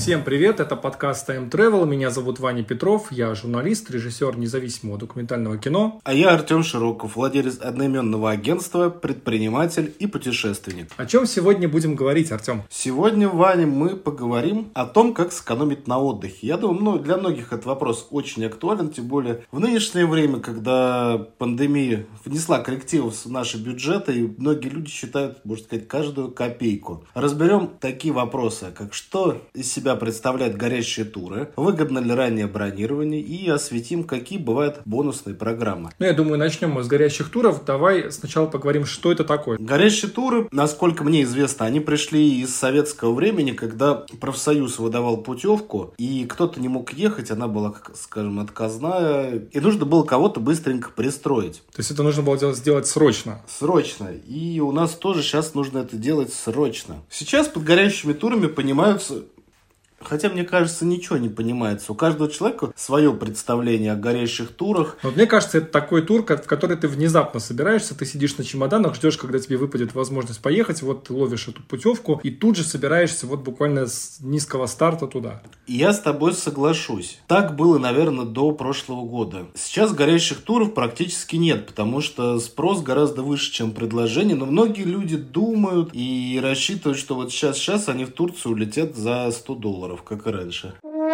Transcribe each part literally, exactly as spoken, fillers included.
Всем привет, это подкаст Time Travel, меня зовут Ваня Петров, я журналист, режиссер независимого документального кино. А я Артем Широков, владелец одноименного агентства, предприниматель и путешественник. О чем сегодня будем говорить, Артем? Сегодня, Ваня, мы поговорим о том, как сэкономить на отдыхе. Я думаю, ну, для многих этот вопрос очень актуален, тем более в нынешнее время, когда пандемия внесла коррективы в наши бюджеты, и многие люди считают, можно сказать, каждую копейку. Разберем такие вопросы, как что из себя представляют горящие туры, выгодно ли раннее бронирование, и осветим, какие бывают бонусные программы. Ну, я думаю, начнем мы с горящих туров. Давай сначала поговорим, что это такое. Горящие туры, насколько мне известно, они пришли из советского времени, когда профсоюз выдавал путевку, и кто-то не мог ехать, она была, скажем, отказная, и нужно было кого-то быстренько пристроить. То есть это нужно было сделать срочно? Срочно. И у нас тоже сейчас нужно это делать срочно. Сейчас под горящими турами понимаются... Хотя, мне кажется, ничего не понимается. У каждого человека свое представление о горящих турах. Вот мне кажется, это такой тур, в который ты внезапно собираешься, ты сидишь на чемоданах, ждешь, когда тебе выпадет возможность поехать, вот ты ловишь эту путевку и тут же собираешься вот буквально с низкого старта туда. И я с тобой соглашусь. Так было, наверное, до прошлого года. Сейчас горящих туров практически нет, потому что спрос гораздо выше, чем предложение. Но многие люди думают и рассчитывают, что вот сейчас-сейчас они в Турцию улетят за сто долларов. Как и раньше.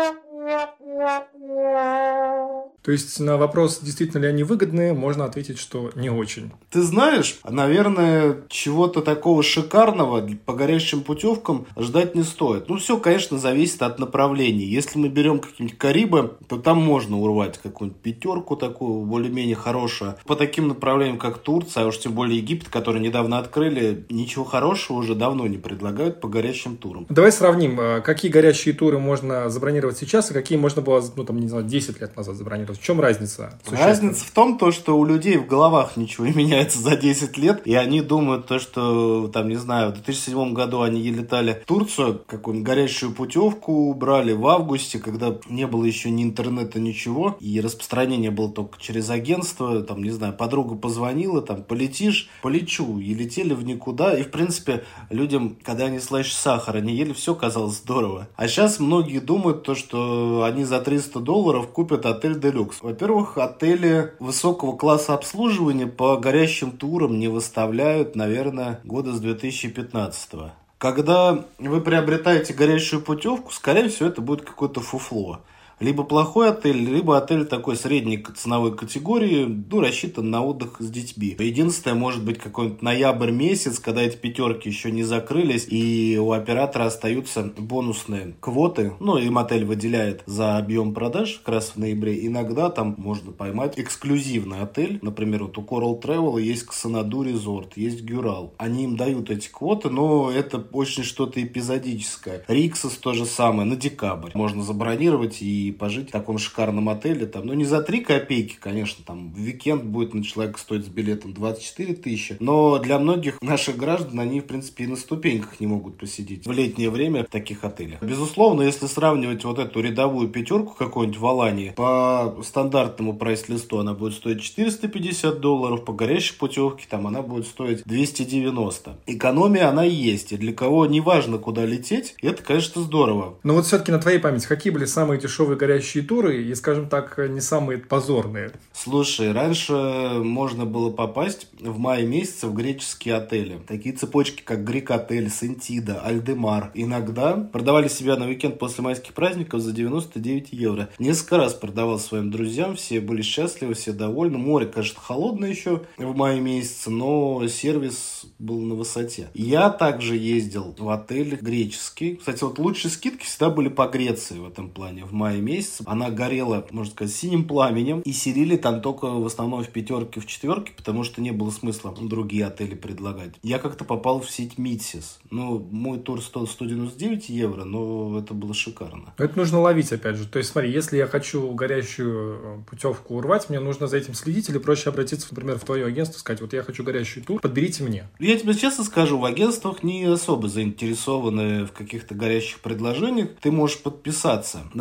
То есть на вопрос, действительно ли они выгодные, можно ответить, что не очень. Ты знаешь, наверное, чего-то такого шикарного по горящим путевкам ждать не стоит. Ну, все, конечно, зависит от направлений. Если мы берем какие-нибудь Карибы, то там можно урвать какую-нибудь пятерку такую, более-менее хорошую. По таким направлениям, как Турция, а уж тем более Египет, который недавно открыли, ничего хорошего уже давно не предлагают по горящим турам. Давай сравним, какие горящие туры можно забронировать сейчас, и какие можно было, ну, там, не знаю, десять лет назад забронировать. В чем разница? Разница в том, то, что у людей в головах ничего не меняется за десять лет, и они думают то, что, там, не знаю, в две тысячи седьмом году они летали в Турцию, какую-нибудь горящую путевку брали в августе, когда не было еще ни интернета, ничего, и распространение было только через агентство, там, не знаю, подруга позвонила, там, полетишь, полечу, и летели в никуда, и, в принципе, людям, когда они слаще сахара не ели, все казалось здорово. А сейчас многие думают то, что они за триста долларов купят отель «Делюкс». Во-первых, отели высокого класса обслуживания по горящим турам не выставляют, наверное, года с две тысячи пятнадцатого. Когда вы приобретаете горящую путевку, скорее всего, это будет какое-то фуфло. Либо плохой отель, либо отель такой средней ценовой категории, ну, рассчитан на отдых с детьми. Единственное, может быть, какой-нибудь ноябрь месяц, когда эти пятерки еще не закрылись, и у оператора остаются бонусные квоты. Ну, им отель выделяет за объем продаж как раз в ноябре. Иногда там можно поймать эксклюзивный отель. Например, вот у Coral Travel есть Ксанаду Резорт, есть Гюрал. Они им дают эти квоты, но это очень что-то эпизодическое. Риксос то же самое, на декабрь. Можно забронировать и пожить в таком шикарном отеле, там, ну, не за три копейки, конечно, там, в уикенд будет на человека стоить с билетом двадцать четыре тысячи, но для многих наших граждан они, в принципе, и на ступеньках не могут посидеть в летнее время в таких отелях. Безусловно, если сравнивать вот эту рядовую пятерку какую-нибудь в Алании, по стандартному прайс-листу она будет стоить четыреста пятьдесят долларов, по горящей путевке там она будет стоить двести девяносто. Экономия она есть, и для кого не важно, куда лететь, это, конечно, здорово. Но вот все-таки на твоей памяти, какие были самые дешевые горящие туры и, скажем так, не самые позорные? Слушай, раньше можно было попасть в мае месяце в греческие отели. Такие цепочки, как Грик-отель, Сентида, Альдемар. Иногда продавали себя на уикенд после майских праздников за девяносто девять евро. Несколько раз продавал своим друзьям, все были счастливы, все довольны. Море, конечно, холодное еще в мае месяце, но сервис был на высоте. Я также ездил в отель греческий. Кстати, вот лучшие скидки всегда были по Греции в этом плане. В мае месяце она горела, можно сказать, синим пламенем, и селили там только в основном в пятерке, в четверке, потому что не было смысла другие отели предлагать. Я как-то попал в сеть Митсис. Ну, мой тур стоил сто девяносто девять евро, но это было шикарно. Это нужно ловить, опять же. То есть, смотри, если я хочу горящую путевку урвать, мне нужно за этим следить, или проще обратиться, например, в твое агентство, сказать, вот я хочу горящий тур, подберите мне. Я тебе честно скажу, в агентствах не особо заинтересованы в каких-то горящих предложениях. Ты можешь подписаться на разные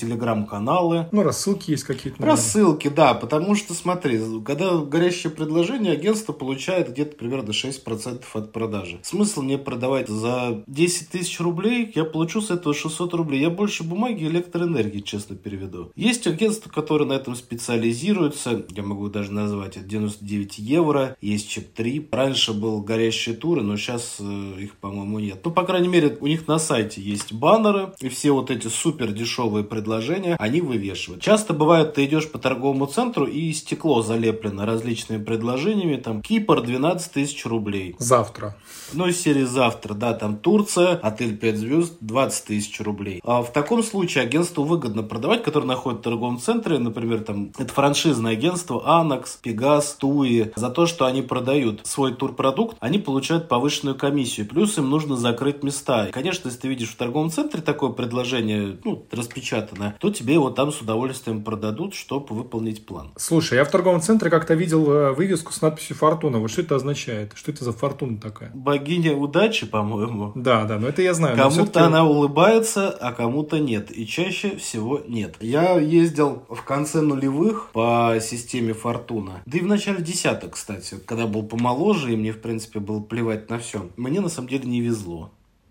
телеграм-каналы. Ну, рассылки есть какие-то. Наверное. Рассылки, да, потому что, смотри, когда горящее предложение, агентство получает где-то примерно шесть процентов от продажи. Смысл мне продавать за десять тысяч рублей, я получу с этого шестьсот рублей. Я больше бумаги и электроэнергии, честно переведу. Есть агентства, которые на этом специализируются, я могу даже назвать, это девяносто девять евро, есть чип три. Раньше был горящие туры, но сейчас э, их, по-моему, нет. Ну, по крайней мере, у них на сайте есть баннеры, и все вот эти супер дешевые предложения они вывешивают. Часто бывает, ты идешь по торговому центру, и стекло залеплено различными предложениями, там, Кипр двенадцать тысяч рублей. Завтра. Ну, из серии завтра, да, там Турция, отель пять звезд, двадцать тысяч рублей. А в таком случае агентству выгодно продавать, которое находится в торговом центре, например, там, это франшизное агентство Анакс, Пегас, Туи. За то, что они продают свой турпродукт, они получают повышенную комиссию. Плюс им нужно закрыть места. И, конечно, если ты видишь в торговом центре такое предложение, ну, распечатанное, то тебе его там с удовольствием продадут, чтобы выполнить план. Слушай, я в торговом центре как-то видел вывеску с надписью «Фортуна». Вот что это означает? Что это за фортуна такая? Богиня удачи, по-моему. Да, да, но это я знаю. Кому-то все-таки... она улыбается, а кому-то нет. И чаще всего нет. Я ездил в конце нулевых по системе Фортуна. Да и в начале десятых, кстати. Когда был помоложе, и мне, в принципе, было плевать на все. Мне, на самом деле, не везло.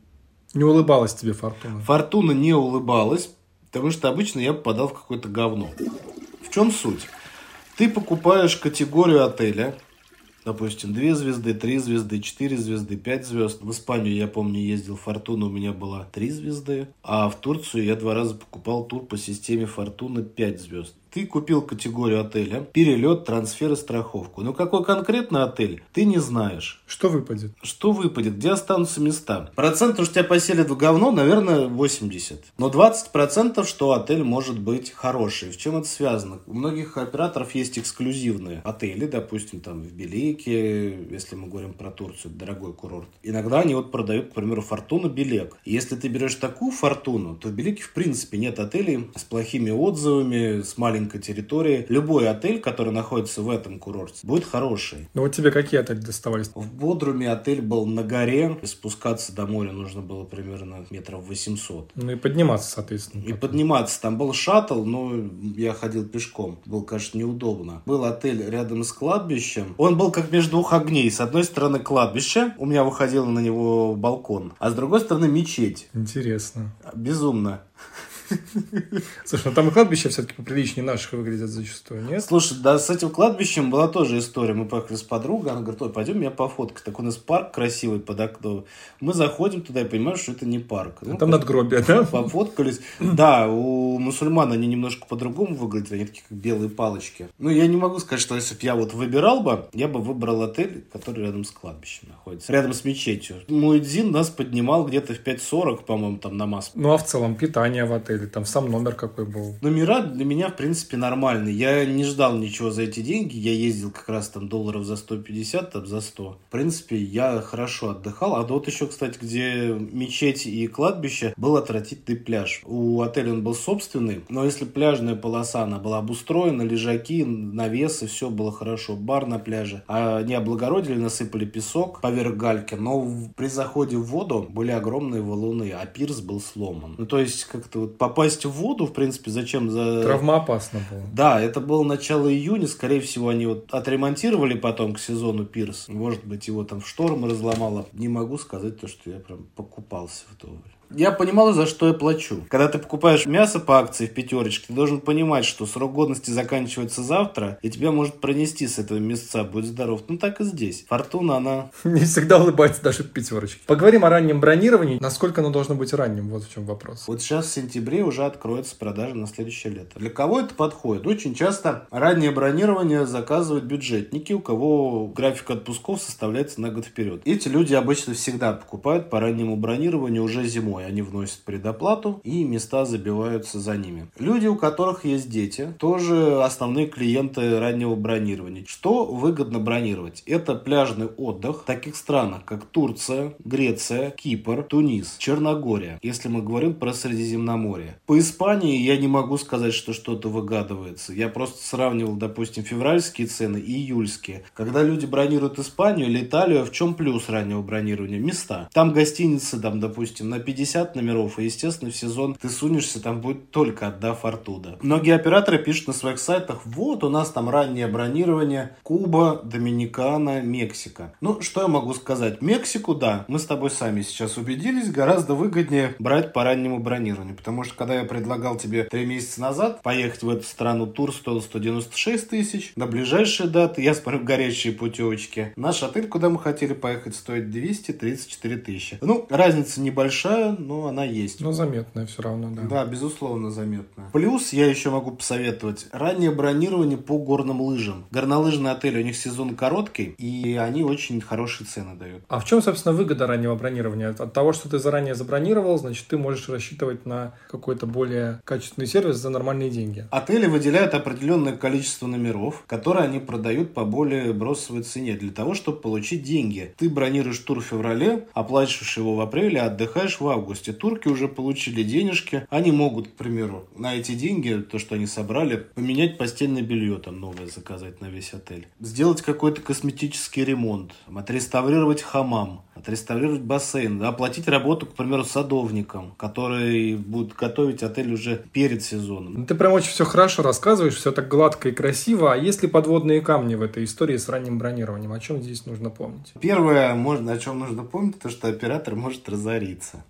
Не улыбалась тебе Фортуна? Фортуна не улыбалась, потому что обычно я попадал в какое-то говно. В чем суть? Ты покупаешь категорию отеля, допустим, две звезды, три звезды, четыре звезды, пять звезд. В Испанию, я помню, ездил Фортуна, у меня была три звезды. А в Турцию я два раза покупал тур по системе Фортуна пять звезд. Ты купил категорию отеля, перелет, трансфер и страховку. Но какой конкретно отель, ты не знаешь. Что выпадет? Что выпадет? Где останутся места? Процентов, что тебя поселят в говно, наверное, восемьдесят. Но двадцать процентов, что отель может быть хороший. В чем это связано? У многих операторов есть эксклюзивные отели, допустим, там в Белеке, если мы говорим про Турцию, дорогой курорт. Иногда они вот продают, к примеру, Фортуна Белек. И если ты берешь такую Фортуну, то в Белеке, в принципе, нет отелей с плохими отзывами, с маленькими территории. Любой отель, который находится в этом курорте, будет хороший. Ну вот тебе какие отели доставались? В Бодруме отель был на горе. Спускаться до моря нужно было примерно метров восемьсот. Ну и подниматься, соответственно. И подниматься. Там был шаттл, но я ходил пешком. Было, конечно, неудобно. Был отель рядом с кладбищем. Он был как между двух огней. С одной стороны кладбище. У меня выходил на него балкон. А с другой стороны мечеть. Интересно. Безумно. Слушай, ну там и кладбище все-таки поприличнее наших выглядят зачастую, нет? Слушай, да, с этим кладбищем была тоже история. Мы поехали с подругой, она говорит: ой, пойдем меня пофоткать. Так у нас парк красивый под окном. Мы заходим туда и понимаем, что это не парк. Ну, а там надгробие, да? Пофоткались. Да, у мусульман они немножко по-другому выглядят, они такие как белые палочки. Ну, я не могу сказать, что если бы я вот выбирал бы, я бы выбрал отель, который рядом с кладбищем находится. Рядом с мечетью. Муэдзин нас поднимал где-то в пять сорок, по-моему, там намаз. Ну, а в целом питание в отеле, там сам номер какой был? Номера для меня, в принципе, нормальные. Я не ждал ничего за эти деньги. Я ездил как раз там долларов за сто пятьдесят, там за сто. В принципе, я хорошо отдыхал. А вот еще, кстати, где мечеть и кладбище, был отвратительный пляж. У отеля он был собственный, но если пляжная полоса, она была обустроена, лежаки, навесы, все было хорошо. Бар на пляже. А они облагородили, насыпали песок поверх гальки, но при заходе в воду были огромные валуны, а пирс был сломан. Ну, то есть, как-то вот попасть в воду, в принципе, зачем за... Травмоопасно было. Да, это было начало июня, скорее всего, они вот отремонтировали потом к сезону пирс. Может быть, его там в шторм разломало. Не могу сказать то, что я прям покупался вдоволь. Я понимал, за что я плачу. Когда ты покупаешь мясо по акции в пятерочке, ты должен понимать, что срок годности заканчивается завтра, и тебя может пронести с этого мясца, будь здоров. Ну так и здесь. Фортуна, она... Не всегда улыбается даже в пятерочке. Поговорим о раннем бронировании. Насколько оно должно быть ранним? Вот в чем вопрос. Вот сейчас в сентябре уже откроется продажа на следующее лето. Для кого это подходит? Очень часто раннее бронирование заказывают бюджетники, у кого график отпусков составляется на год вперед. Эти люди обычно всегда покупают по раннему бронированию уже зимой. Они вносят предоплату, и места забиваются за ними. Люди, у которых есть дети, тоже основные клиенты раннего бронирования. Что выгодно бронировать? Это пляжный отдых в таких странах, как Турция, Греция, Кипр, Тунис, Черногория, если мы говорим про Средиземноморье. По Испании я не могу сказать, что что-то выгадывается. Я просто сравнивал, допустим, февральские цены и июльские. Когда люди бронируют Испанию или Италию, в чем плюс раннего бронирования? Места. Там гостиницы, там, допустим, на пятьдесят пятьдесят номеров, и, естественно, в сезон ты сунешься, там будет только одна фортуна. Многие операторы пишут на своих сайтах: вот, у нас там раннее бронирование Куба, Доминикана, Мексика. Ну, что я могу сказать? Мексику, да, мы с тобой сами сейчас убедились, гораздо выгоднее брать по раннему бронированию, потому что, когда я предлагал тебе три месяца назад поехать в эту страну, тур стоил сто девяносто шесть тысяч, на ближайшие даты, я смотрю горячие путевочки, наш отель, куда мы хотели поехать, стоит двести тридцать четыре тысячи. Ну, разница небольшая, но она есть. Но заметная все равно, да. Да, безусловно, заметная. Плюс я еще могу посоветовать раннее бронирование по горным лыжам. Горнолыжные отели, у них сезон короткий, и они очень хорошие цены дают. А в чем, собственно, выгода раннего бронирования? От того, что ты заранее забронировал, значит, ты можешь рассчитывать на какой-то более качественный сервис за нормальные деньги. Отели выделяют определенное количество номеров, которые они продают по более бросовой цене, для того, чтобы получить деньги. Ты бронируешь тур в феврале, оплачиваешь его в апреле, отдыхаешь в августе. Турки уже получили денежки, они могут, к примеру, на эти деньги, то, что они собрали, поменять постельное белье, там новое заказать на весь отель, сделать какой-то косметический ремонт, отреставрировать хамам, отреставрировать бассейн, оплатить работу, к примеру, садовникам, которые будут готовить отель уже перед сезоном. Ты прям очень все хорошо рассказываешь, все так гладко и красиво. А есть ли подводные камни в этой истории с ранним бронированием? О чем здесь нужно помнить? Первое, можно, о чем нужно помнить, то, что оператор может разориться.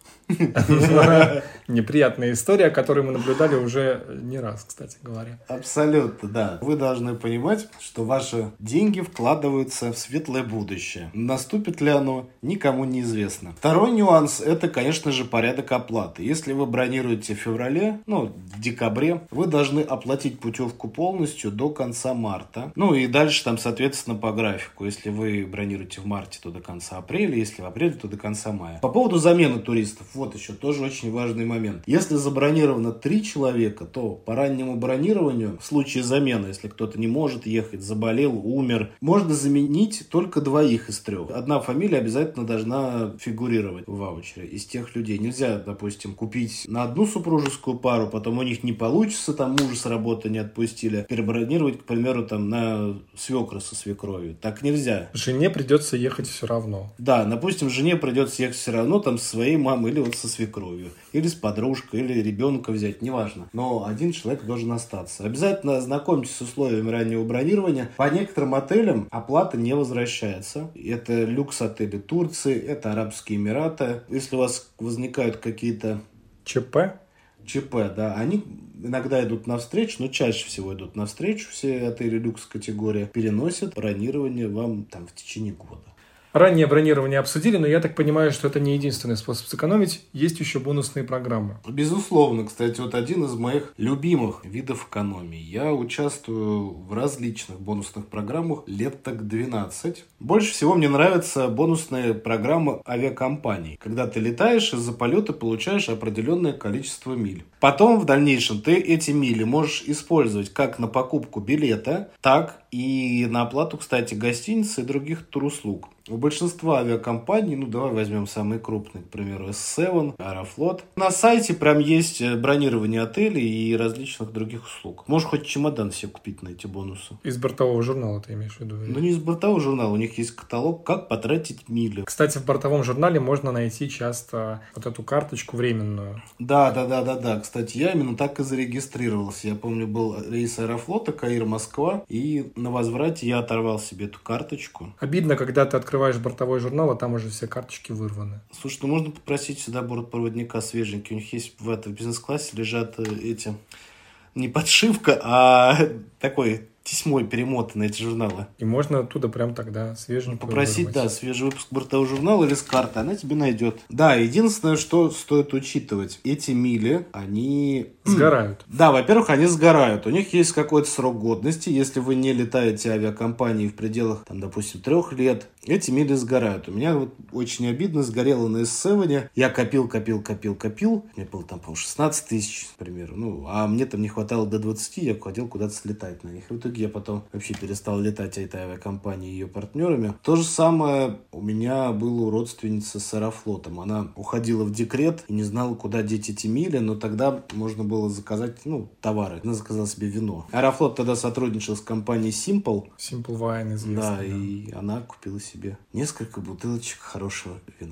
Неприятная история, которую мы наблюдали уже не раз, кстати говоря. Абсолютно, да. Вы должны понимать, что ваши деньги вкладываются в светлое будущее. Наступит ли оно, никому не известно. Второй нюанс – это, конечно же, порядок оплаты. Если вы бронируете в феврале, ну, в декабре, вы должны оплатить путевку полностью до конца марта. Ну, и дальше там, соответственно, по графику. Если вы бронируете в марте, то до конца апреля. Если в апреле, то до конца мая. По поводу замены туристов. Вот еще тоже очень важный момент. Если забронировано три человека, то по раннему бронированию, в случае замены, если кто-то не может ехать, заболел, умер, можно заменить только двоих из трех. Одна фамилия обязательно должна фигурировать в ваучере из тех людей. Нельзя, допустим, купить на одну супружескую пару, потом у них не получится, там мужа с работы не отпустили, перебронировать, к примеру, там на свекра со свекровью. Так нельзя. Жене придется ехать все равно. Да, допустим, жене придется ехать все равно там со своей мамой или вот со свекровью. Или с подружкой, или ребенка взять, неважно. Но один человек должен остаться. Обязательно ознакомьтесь с условиями раннего бронирования. По некоторым отелям оплата не возвращается. Это люкс-отели Турции, это Арабские Эмираты. Если у вас возникают какие-то... ЧП? ЧП, да. Они иногда идут навстречу, но чаще всего идут навстречу. Все отели люкс-категории переносят бронирование вам там в течение года. Раннее бронирование обсудили, но я так понимаю, что это не единственный способ сэкономить. Есть еще бонусные программы. Безусловно. Кстати, вот один из моих любимых видов экономии. Я участвую в различных бонусных программах лет так двенадцать. Больше всего мне нравятся бонусные программы авиакомпаний. Когда ты летаешь, из-за полета получаешь определенное количество миль. Потом в дальнейшем ты эти мили можешь использовать как на покупку билета, так и на оплату, кстати, гостиницы и других туруслуг. У большинства авиакомпаний, ну давай возьмем самые крупные, к примеру, эс семь, Аэрофлот. На сайте прям есть бронирование отелей и различных других услуг. Можешь хоть чемодан себе купить на эти бонусы. Из бортового журнала ты имеешь в виду? Ну не из бортового журнала, у них есть каталог, как потратить мили. Кстати, в бортовом журнале можно найти часто вот эту карточку временную. Да, да, да, да, да. Кстати, я именно так и зарегистрировался. Я помню, был рейс Аэрофлота Каир-Москва, и на возврате я оторвал себе эту карточку. Обидно, когда ты открываешь бортовой журнал, а там уже все карточки вырваны. Слушай, ну можно попросить сюда бортпроводника свеженький. У них есть в, это, в бизнес-классе лежат эти... Не подшивка, а такой тесьмой перемотаны эти журналы. И можно оттуда прям тогда свеженькую попросить, вырвать. да, свежий выпуск бортового журнала или с карты, она тебе найдет. Да, единственное, что стоит учитывать, эти мили, они... Сгорают. Да, во-первых, они сгорают. У них есть какой-то срок годности. Если вы не летаете авиакомпанией в пределах, там, допустим, трех лет, эти мили сгорают. У меня вот очень обидно, сгорело на эс семь. Я копил, копил, копил, копил. Мне было там, по-моему, шестнадцать тысяч, к примеру. Ну, а мне там не хватало до двадцати, я хотел куда-то слетать на них. И в итоге я потом вообще перестал летать этой авиакомпанией и ее партнерами. То же самое у меня было у родственницы с Аэрофлотом. Она уходила в декрет и не знала, куда деть эти мили, но тогда можно было заказать, ну, товары. Она заказала себе вино. Аэрофлот тогда сотрудничал с компанией Simple. Simple Wine известный. Да, да, и она купила себе несколько бутылочек хорошего вина.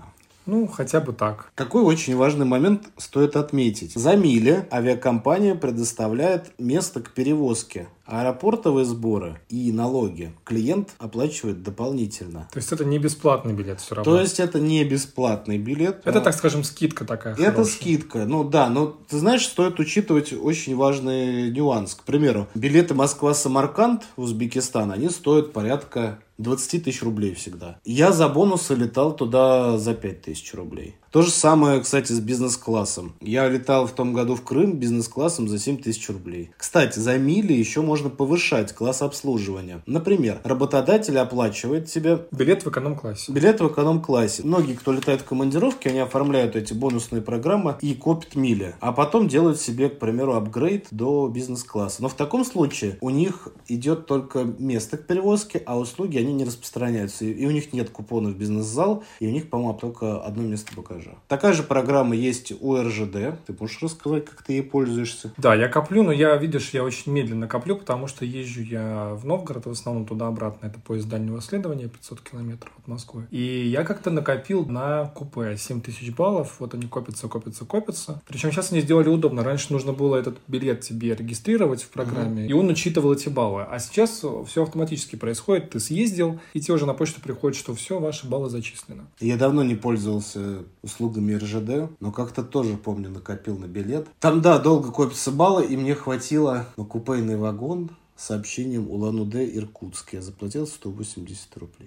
Ну, хотя бы так. Какой очень важный момент стоит отметить. За мили авиакомпания предоставляет место к перевозке. Аэропортовые сборы и налоги клиент оплачивает дополнительно. То есть это не бесплатный билет все равно? То есть это не бесплатный билет. Это, так скажем, скидка такая Это хорошая. скидка. Ну да, но ты знаешь, стоит учитывать очень важный нюанс. К примеру, билеты Москва-Самарканд в Узбекистан, они стоят порядка двадцать тысяч рублей всегда. Я за бонусы летал туда за пять тысяч рублей. То же самое, кстати, с бизнес-классом. Я летал в том году в Крым бизнес-классом за семь тысяч рублей. Кстати, за мили еще можно повышать класс обслуживания. Например, работодатель оплачивает тебе билет в эконом-классе. Билет в эконом-классе. Многие, кто летает в командировки, они оформляют эти бонусные программы и копят мили. А потом делают себе, к примеру, апгрейд до бизнес-класса. Но в таком случае у них идет только место к перевозке, а услуги они не распространяются. И у них нет купонов в бизнес-зал, и у них, по-моему, только одно место багажа. Такая же программа есть у эр жэ дэ. Ты можешь рассказать, как ты ей пользуешься? Да, я коплю, но я, видишь, я очень медленно коплю, потому что езжу я в Новгород, в основном туда-обратно. Это поезд дальнего следования, пятьсот километров от Москвы. И я как-то накопил на купе семь тысяч баллов. Вот они копятся, копятся, копятся. Причем сейчас они сделали удобно. Раньше нужно было этот билет тебе регистрировать в программе, mm-hmm. и он учитывал эти баллы. А сейчас все автоматически происходит. Ты съездил, и тебе уже на почту приходит, что все, ваши баллы зачислены. Я давно не пользовался услугами эр жэ дэ, но как-то тоже, помню, накопил на билет. Там, да, долго копятся баллы, и мне хватило на купейный вагон с сообщением Улан-Удэ, Иркутск. Я заплатил сто восемьдесят рублей.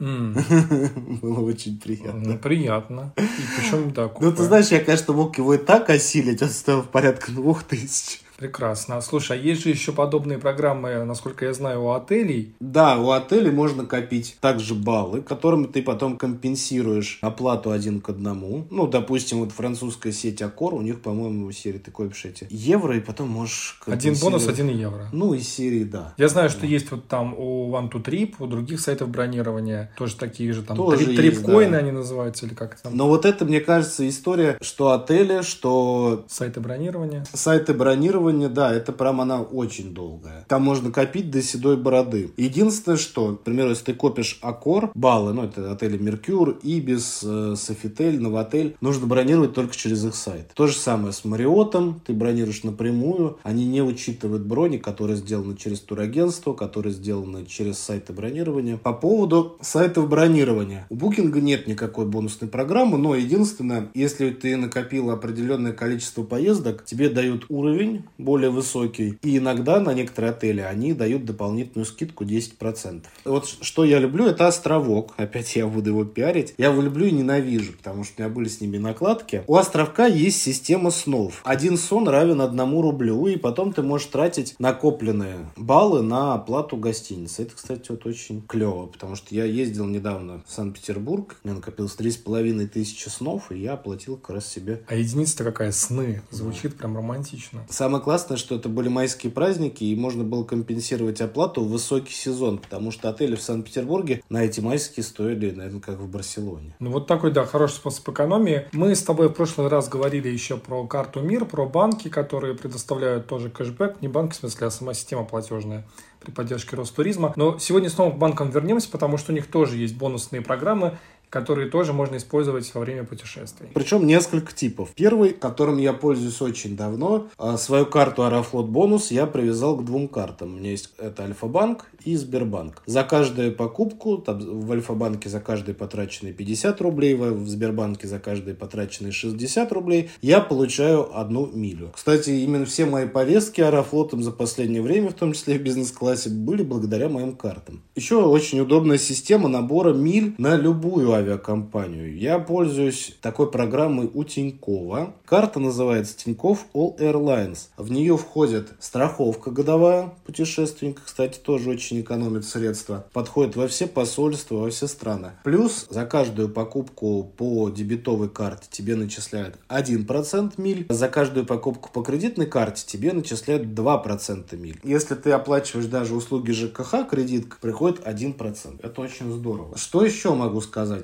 Mm. Было очень приятно. Ну, приятно. И причем, да, купе. Ну, ты знаешь, я, конечно, мог его и так осилить, он стоил порядка двух тысяч. Прекрасно. Слушай, а есть же еще подобные программы, насколько я знаю, у отелей? Да, у отелей можно копить также баллы, которыми ты потом компенсируешь оплату один к одному. Ну, допустим, вот французская сеть Accor, у них, по-моему, в серии ты копишь эти евро, и потом можешь один бонус, один евро. Ну, из серии, да. Я знаю, что да. есть вот там у One to Trip, у других сайтов бронирования тоже такие же, там тоже трипкоины да. они называются, или как там. Но вот это, мне кажется, история, что отели, что... Сайты бронирования. Сайты бронирования. Да, это прям она очень долгая. Там можно копить до седой бороды. Единственное, что, к примеру, если ты копишь Accor, баллы, ну, это отели Mercure, Ibis, Sofitel, Novotel, нужно бронировать только через их сайт. То же самое с Marriott, ты бронируешь напрямую, они не учитывают брони, которые сделаны через турагентство, которые сделаны через сайты бронирования. По поводу сайтов бронирования. У Booking нет никакой бонусной программы, но единственное, если ты накопил определенное количество поездок, тебе дают уровень более высокий. И иногда на некоторые отели они дают дополнительную скидку десять процентов. Вот что я люблю, это Островок. Опять я буду его пиарить. Я его люблю и ненавижу, потому что у меня были с ними накладки. У Островка есть система снов. Один сон равен одному рублю, и потом ты можешь тратить накопленные баллы на оплату гостиницы. Это, кстати, вот очень клево, потому что я ездил недавно в Санкт-Петербург, у меня накопилось три с половиной тысячи снов, и я оплатил как раз себе. А единица-то какая? Сны. Звучит прям романтично. Самое классное, что это были майские праздники, и можно было компенсировать оплату в высокий сезон, потому что отели в Санкт-Петербурге на эти майские стоили, наверное, как в Барселоне. Ну вот такой, да, хороший способ экономии. Мы с тобой в прошлый раз говорили еще про карту МИР, про банки, которые предоставляют тоже кэшбэк. Не банки, в смысле, а сама система платежная при поддержке Ростуризма. Но сегодня снова к банкам вернемся, потому что у них тоже есть бонусные программы, которые тоже можно использовать во время путешествий. Причем несколько типов. Первый, которым я пользуюсь очень давно, свою карту Аэрофлот Бонус я привязал к двум картам. У меня есть это Альфа-банк и Сбербанк. За каждую покупку, там, в Альфа-банке за каждые потраченные пятьдесят рублей, в Сбербанке за каждые потраченные шестьдесят рублей, я получаю одну милю. Кстати, именно все мои поездки Аэрофлотом за последнее время, в том числе в бизнес-классе, были благодаря моим картам. Еще очень удобная система набора миль на любую авиакомпанию. Я пользуюсь такой программой у Тинькова. Карта называется Тинькофф All Airlines. В нее входит страховка годовая путешественника, кстати, тоже очень экономит средства. Подходит во все посольства, во все страны. Плюс за каждую покупку по дебетовой карте тебе начисляют один процент миль. За каждую покупку по кредитной карте тебе начисляют два процента миль. Если ты оплачиваешь даже услуги ЖКХ, кредитка, приходит один процент. Это очень здорово. Что еще могу сказать?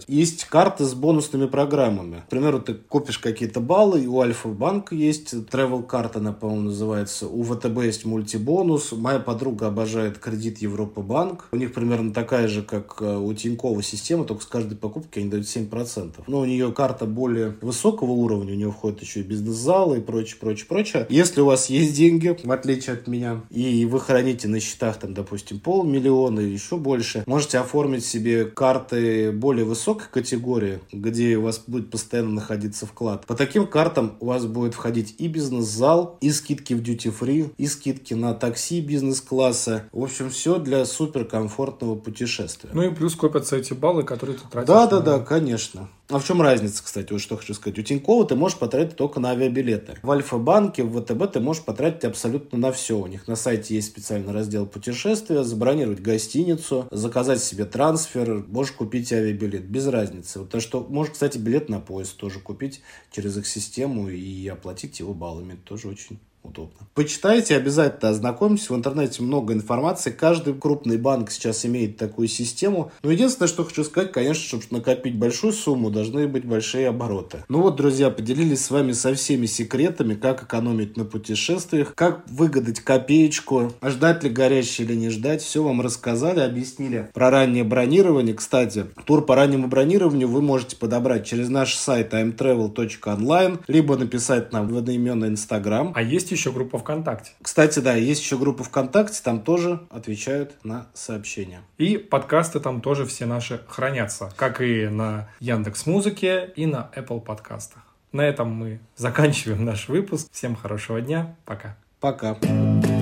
Есть карты с бонусными программами. К примеру, ты купишь какие-то баллы, и у Альфа-банка есть travel карта, она, по-моему, называется. У ВТБ есть мультибонус. Моя подруга обожает кредит Европа-банк. У них примерно такая же, как у Тинькова система, только с каждой покупки они дают семь процентов. Но у нее карта более высокого уровня, у нее входит еще и бизнес-залы и прочее, прочее, прочее. Если у вас есть деньги, в отличие от меня, и вы храните на счетах, там, допустим, полмиллиона или еще больше, можете оформить себе карты более высокой категории, где у вас будет постоянно находиться вклад. По таким картам у вас будет входить и бизнес-зал, и скидки в дьюти-фри, и скидки на такси бизнес-класса. В общем, все для суперкомфортного путешествия. Ну и плюс копятся эти баллы, которые ты тратишь. Да, да, на... да, конечно. А в чем разница, кстати, вот что хочу сказать. У Тинькова ты можешь потратить только на авиабилеты. В Альфа-банке, в ВТБ ты можешь потратить абсолютно на все. У них на сайте есть специальный раздел путешествия, забронировать гостиницу, заказать себе трансфер, можешь купить авиабилет, без разницы. Вот то, что можешь, кстати, билет на поезд тоже купить через их систему и оплатить его баллами. Это тоже очень удобно. Почитайте, обязательно ознакомьтесь. В интернете много информации. Каждый крупный банк сейчас имеет такую систему. Но единственное, что хочу сказать, конечно, чтобы накопить большую сумму, должны быть большие обороты. Ну вот, друзья, поделились с вами со всеми секретами, как экономить на путешествиях, как выгадать копеечку, а ждать ли горящий или не ждать. Все вам рассказали, объяснили про раннее бронирование. Кстати, тур по раннему бронированию вы можете подобрать через наш сайт ай эм трэвел точка онлайн, либо написать нам в одноименный Инстаграм. А есть еще группа ВКонтакте. Кстати, да, есть еще группа ВКонтакте, там тоже отвечают на сообщения. И подкасты там тоже все наши хранятся, как и на Яндекс.Музыке и на Apple подкастах. На этом мы заканчиваем наш выпуск. Всем хорошего дня. Пока. Пока.